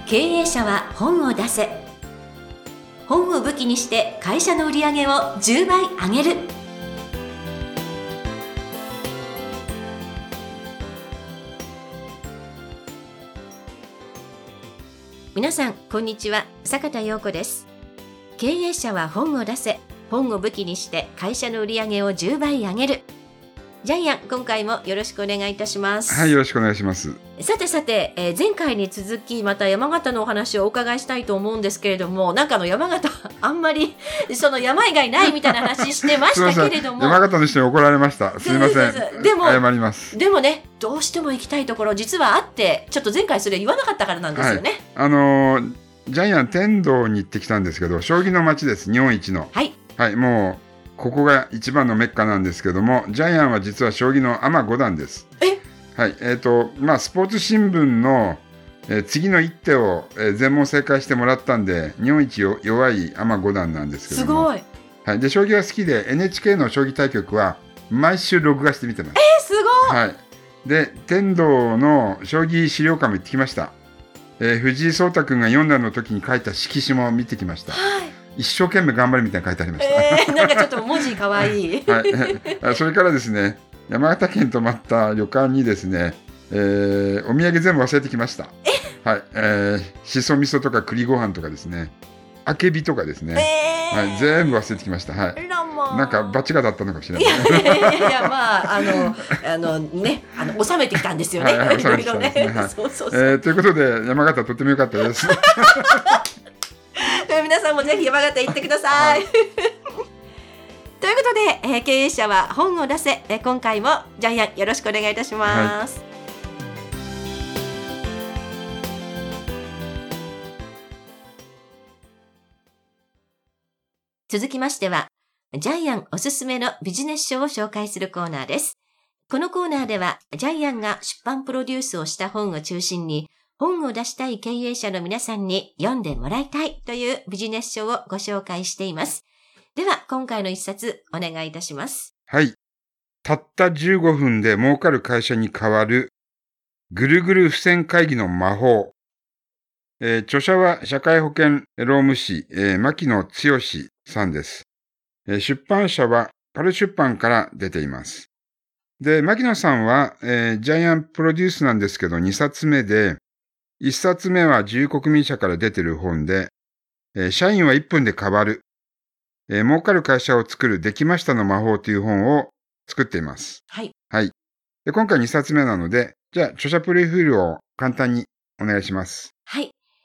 経営者は本を出せ。本を武器にして会社の売り上げを10倍上げる。皆さんこんにちは、坂田陽子です。経営者は本を出せ。本を武器にして会社の売り上げを10倍上げる。ジャイアン、今回もよろしくお願いいたします。 はい、よろしくお願いします。 さて、前回に続きまた山形のお話をお伺いしたいと思うんですけれども、なんか山形あんまりその山以外ないみたいな話してましたけれども山形の人に怒られました。すみません。 でも謝ります。 でもね、どうしても行きたいところ実はあって、ちょっと前回それ言わなかったからなんですよね。 はい、ジャイアン天童に行ってきたんですけど、将棋の街です。日本一の。 はい。 はい、もうここが一番のメッカなんですけども、ジャイアンは実は将棋のアマ5段です。はい、スポーツ新聞の、次の一手を、全問正解してもらったんで、日本一弱いアマ5段なんですけども。 すごい。 はい、で将棋が好きで NHK の将棋対局は毎週録画して見てます。 すごい。 はい。で天童の将棋資料館も行ってきました。藤井聡太君が4段の時に書いた色紙も見てきました。 はい。 一生懸命頑張るみたいに書いてありました。 なんかちょっと文字かわいい。 はい。それからですね、山形県泊まった旅館にですね、お土産全部忘れてきました。はい。しそ味噌とか栗ご飯とかですね、あけびとかですね、はい、全部忘れてきました。はい。なんかバチがだったのかもしれない。 いやまあね、収めてきたんですよね。 はい、収めてきたんですね。はい。ということで山形とっても良かったです。 皆さんもぜひ山形行ってください。ということで、経営者は本を出せ。今回もジャイアンよろしくお願いいたします。続きましては、ジャイアンおすすめのビジネス書を紹介するコーナーです。このコーナーでは、ジャイアンが出版プロデュースをした本を中心に、本を出したい経営者の皆さんに読んでもらいたいというビジネス書をご紹介しています。では、今回の一冊お願いいたします。 はい。たった15分で儲かる会社に変わるぐるぐる付箋会議の魔法。著者は社会保険労務士、牧野剛さんです。出版社はパル出版から出ています。で、牧野さんは、ジャイアンプロデュースなんですけど2冊目で、1冊目は自由国民社から出てる本で、社員は1分で変わる、儲かる会社を作るできましたの魔法という本を作っています。 はい。 はい。で、今回2冊目なので、じゃあ著者プロフィールを簡単にお願いします。 はい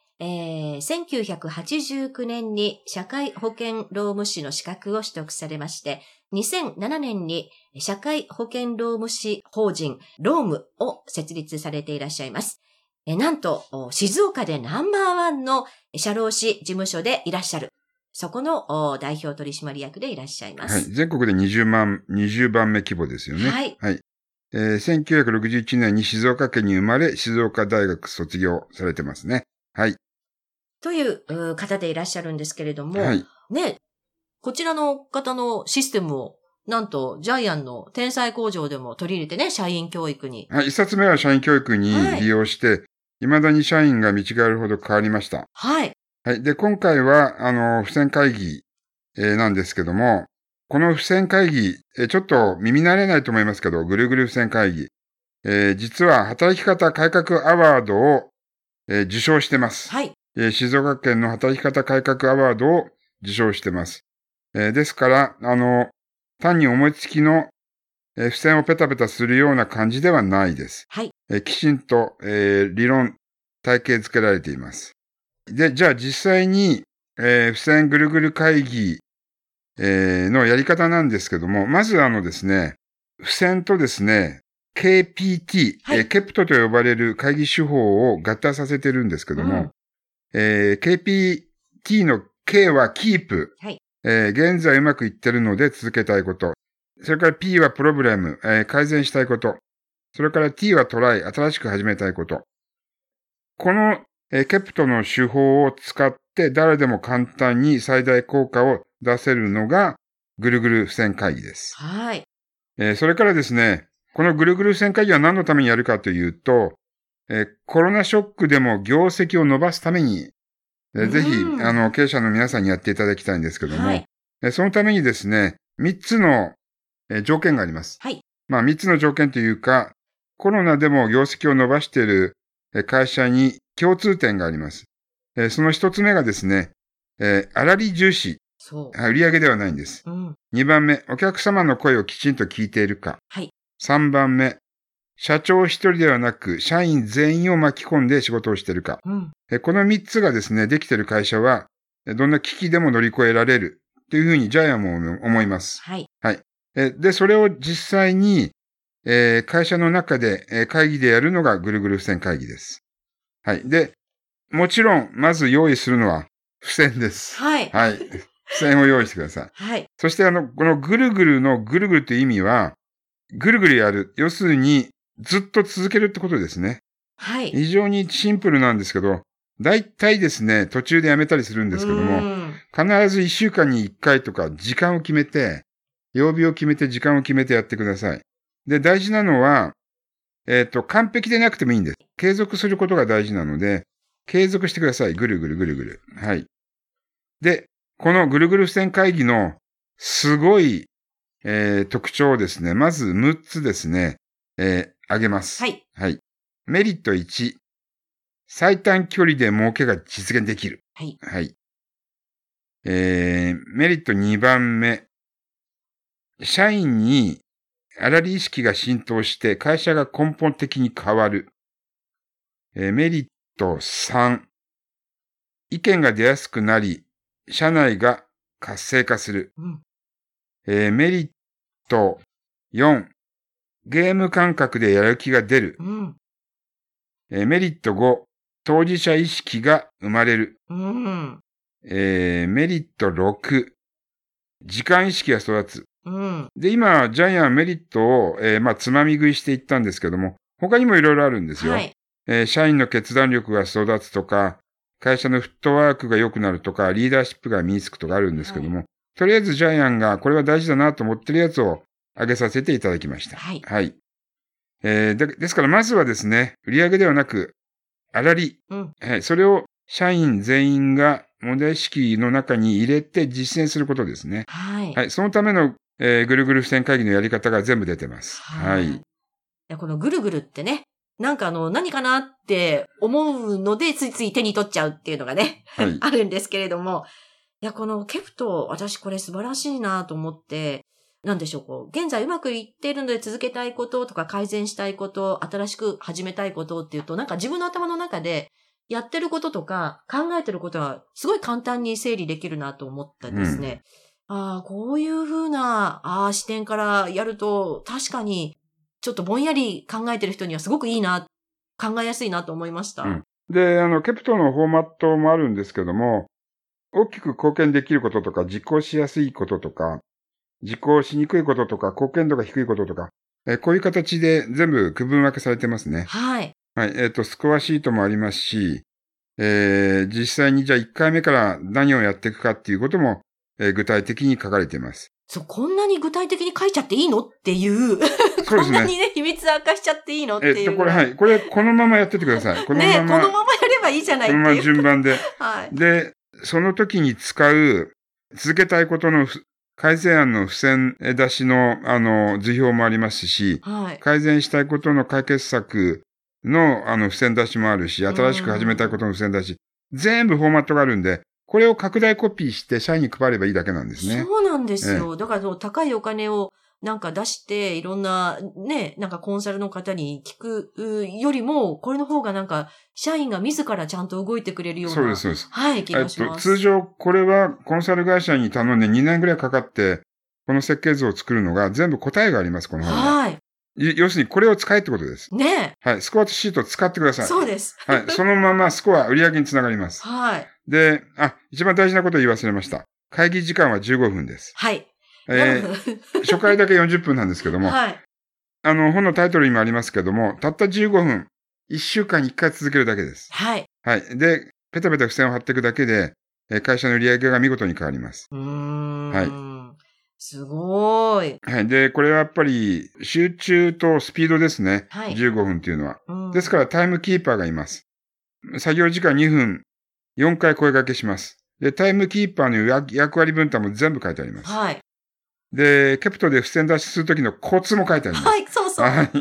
。1989年に社会保険労務士の資格を取得されまして、2007年に社会保険労務士法人労務を設立されていらっしゃいます。なんと、静岡でナンバーワンの社労士事務所でいらっしゃる。そこの代表取締役でいらっしゃいます。 はい。全国で20番目規模ですよね。 はい。 はい。1961年に静岡県に生まれ、静岡大学卒業されてますね。はい。 という方でいらっしゃるんですけれども、 はい。 ね、こちらの方のシステムを、なんと、ジャイアンの天才工場でも取り入れてね、社員教育に。 はい。一冊目は社員教育に利用して、未だに社員が見違えるほど変わりました。 はい。 はい。で、今回は、付箋会議、なんですけども、この付箋会議、ちょっと耳慣れないと思いますけど、ぐるぐる付箋会議、実は働き方改革アワードを、受賞してます。 はい。 静岡県の働き方改革アワードを受賞してます。ですから、単に思いつきの、付箋をペタペタするような感じではないです。 はい。 きちんと、理論、体系付けられています。で、じゃあ実際に、付箋ぐるぐる会議、のやり方なんですけども、まずですね、付箋とですね、KPT、 はい、 ケプトと呼ばれる会議手法を合体させてるんですけども、KPT の K はキープ、 はい、 現在うまくいってるので続けたいこと。それから P はプロブレム、改善したいこと。それから T はトライ、新しく始めたいこと。この、ケプトの手法を使って誰でも簡単に最大効果を出せるのがぐるぐる付箋会議です。 はい。 それからですね、このぐるぐる付箋会議は何のためにやるかというと、 コロナショックでも業績を伸ばすために、ぜひ、経営者の皆さんにやっていただきたいんですけども、 はい。 そのためにですね、3つの条件があります。 はい。 まあ、3つの条件というか、コロナでも業績を伸ばしている会社に共通点があります。その1つ目がですね、粗利重視。 そう。 売上ではないんです。 うん。 2番目、お客様の声をきちんと聞いているか。 はい。 3番目、社長一人ではなく、社員全員を巻き込んで仕事をしているか。 うん。 この3つがですね、できている会社は、どんな危機でも乗り越えられるというふうにジャイアンも思います。 はい。 はい。で、それを実際に、会社の中で、会議でやるのがぐるぐる付箋会議です。はい。で、もちろん、まず用意するのは付箋です。 はい。 はい。付箋を用意してください。 はい。 そしてこのぐるぐるのぐるぐるという意味は、ぐるぐるやる。要するに、ずっと続けるってことですね。 はい。 非常にシンプルなんですけど、大体ですね、途中でやめたりするんですけども、必ず1週間に1回とか時間を決めて、曜日を決めて時間を決めてやってください。で、大事なのは、完璧でなくてもいいんです。継続することが大事なので、継続してください。ぐるぐるぐるぐる。はい。で、このぐるぐる付箋会議のすごい、特徴をですね、まず6つですね、挙げます。 はい。 はい。メリット1、最短距離で儲けが実現できる。 はい。 はい。メリット2番目、社員に粗利意識が浸透して会社が根本的に変わる。メリット3、意見が出やすくなり、社内が活性化する。 うん。 メリット4、ゲーム感覚でやる気が出る。 うん。 メリット5、当事者意識が生まれる。 うん。 メリット6、時間意識が育つ。 うん。 で、今、ジャイアンメリットを、つまみ食いしていったんですけども、他にもいろいろあるんですよ。 はい。 社員の決断力が育つとか、会社のフットワークが良くなるとか、リーダーシップが身につくとかあるんですけども、とりあえずジャイアンがこれは大事だなと思ってるやつを挙げさせていただきました。 はい。 はい。ですから、まずはですね、売上ではなく、粗利。 うん。 はい。それを社員全員が問題意識の中に入れて実践することですね。 はい。 はい。そのための、ぐるぐる付箋会議のやり方が全部出てます。はい。 このぐるぐるってね、なんか何かなって思うので、ついつい手に取っちゃうっていうのがね、 はい、 あるんですけれども、いや、このケプト、私これ素晴らしいなと思って、なんでしょう、現在うまくいっているので続けたいこととか改善したいこと、新しく始めたいことっていうと、なんか自分の頭の中でやってることとか考えてることはすごい簡単に整理できるなと思ったんですね。こういう風な、視点からやると、確かに、ちょっとぼんやり考えてる人にはすごくいいな、考えやすいなと思いました。 で、ケプトのフォーマットもあるんですけども、大きく貢献できることとか、実行しやすいこととか、実行しにくいこととか、貢献度が低いこととか、こういう形で全部区分分けされてますね。 はい。 はい。スコアシートもありますし、実際にじゃあ1回目から何をやっていくかっていうことも、具体的に書かれています。 そう、こんなに具体的に書いちゃっていいのっていう。 そうですね。 こんなにね、秘密明かしちゃっていいのっていう。 これ、はい。これ、このままやっててください。このまま。 ね、このままやればいいじゃないっていう。 このまま順番で。 はい。 で、その時に使う、続けたいことの改善案の付箋出しの、図表もありますし、 はい、 改善したいことの解決策の、付箋出しもあるし、新しく始めたいことの付箋出し、全部フォーマットがあるんで、これを拡大コピーして社員に配ればいいだけなんですね。 そうなんですよ。だから高いお金をなんか出して、いろんなね、なんかコンサルの方に聞くよりも、これの方がなんか、社員が自らちゃんと動いてくれるような。 そうです、そうです。 はい、気がします。 通常、これはコンサル会社に頼んで2年ぐらいかかって、この設計図を作るのが全部答えがあります、この本は。はい。要するにこれを使えってことです。 ねはい。スコアシートを使ってください。 そうです。 はい。そのままスコア、売上につながります。 はい。 で、一番大事なことを言い忘れました。会議時間は15分です。 はい。 初回だけ40分なんですけども、はい。本のタイトルにもありますけども、たった15分、1週間に1回続けるだけです。 はい。 はい。で、ペタペタ付箋を貼っていくだけで、会社の売上が見事に変わります。 はい。 すごい。 はい。で、これはやっぱり集中とスピードですね。 はい。 15分っていうのは。 うん、 ですからタイムキーパーがいます。作業時間2分、4回声掛けします。で、タイムキーパーの役割分担も全部書いてあります。 はい。 で、ケプトで付箋出しするときのコツも書いてあります。 はい、そうそう。 はい。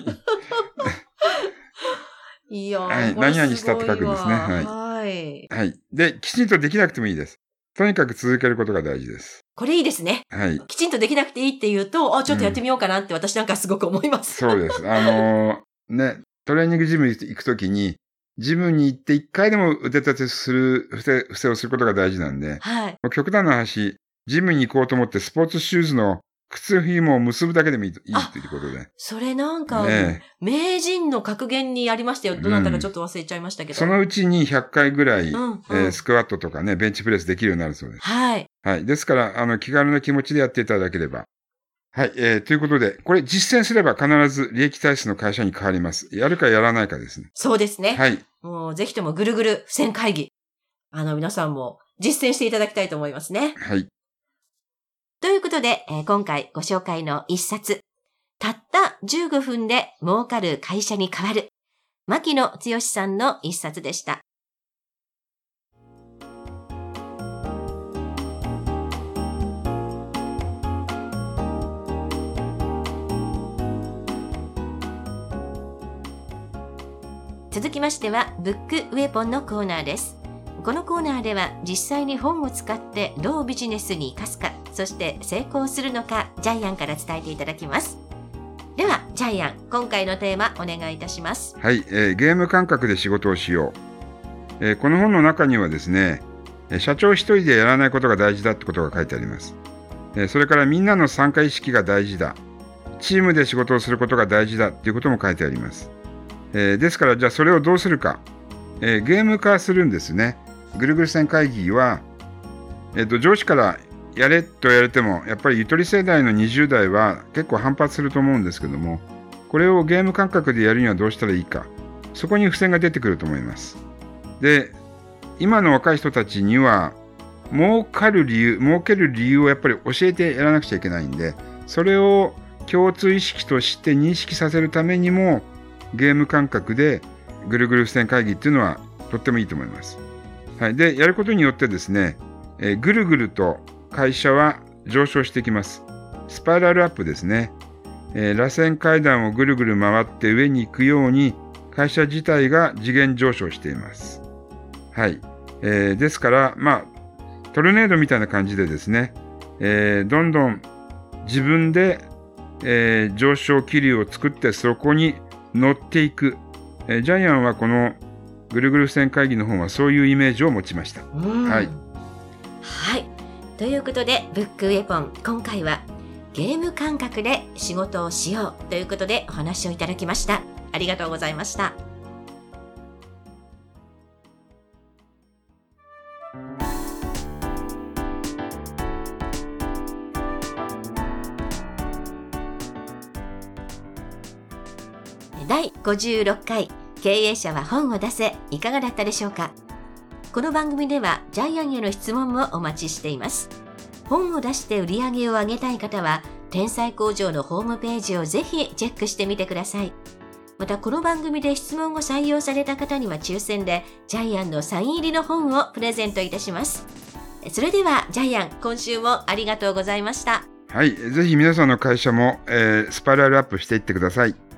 いやー、 はい。 これ何々したって書くんですね。はい。 はい。 はい。で、きちんとできなくてもいいです。とにかく続けることが大事です。 これいいですね。 はい。 きちんとできなくていいって言うと、ちょっとやってみようかなって私なんかすごく思います。 そうです。ね、トレーニングジムに行くときに、ジムに行って1回でも腕立てする、伏せをすることが大事なんで、 はい。 極端な話、ジムに行こうと思ってスポーツシューズの靴紐を結ぶだけでもいいということで。 それなんか、 ね、 名人の格言にありましたよ。どなたかちょっと忘れちゃいましたけど。 そのうちに100回ぐらい、スクワットとかね、ベンチプレスできるようになるそうです。 はい。 はい。ですから、気軽な気持ちでやっていただければ。はい。ということで、これ実践すれば必ず利益体質の会社に変わります。やるかやらないかですね。 そうですね。 はい。 もうぜひともぐるぐる付箋会議。皆さんも実践していただきたいと思いますね。 はい。 ということで、今回ご紹介の一冊。たった15分で儲かる会社に変わる。牧野剛さんの一冊でした。続きましては、ブックウェポンのコーナーです。このコーナーでは実際に本を使ってどうビジネスに生かすか、そして成功するのか、ジャイアンから伝えていただきます。では、ジャイアン、今回のテーマお願いいたします。 はい、ゲーム感覚で仕事をしよう。この本の中にはですね、社長一人でやらないことが大事だってことが書いてあります。それからみんなの参加意識が大事だ。チームで仕事をすることが大事だっていうことも書いてあります。ですから、じゃあそれをどうするか。ゲーム化するんですね。ぐるぐる線会議は、上司からやれと言われても、やっぱりゆとり世代の20代は結構反発すると思うんですけども、これをゲーム感覚でやるにはどうしたらいいか。そこに付箋が出てくると思います。で、今の若い人たちには、儲ける理由をやっぱり教えてやらなくちゃいけないんで、それを共通意識として認識させるためにも、ゲーム感覚でぐるぐる付箋会議っていうのはとってもいいと思います。はい。で、やることによってですね、ぐるぐると会社は上昇してきます。スパイラルアップですね。螺旋階段をぐるぐる回って上に行くように会社自体が次元上昇しています。はい。ですから、トルネードみたいな感じでですね、どんどん自分で、上昇気流を作ってそこに乗っていく。ジャイアンはこのぐるぐる付箋会議の本はそういうイメージを持ちました。はい。 はい。ということで、ブックウェポン、今回はゲーム感覚で仕事をしようということでお話をいただきました。ありがとうございました。第56回経営者は本を出せ、いかがだったでしょうか。この番組ではジャイアンへの質問もお待ちしています。本を出して売り上げを上げたい方は天才工場のホームページをぜひチェックしてみてください。またこの番組で質問を採用された方には抽選でジャイアンのサイン入りの本をプレゼントいたします。それではジャイアン、今週もありがとうございました。 はい、ぜひ皆さんの会社も、スパイラルアップしていってください。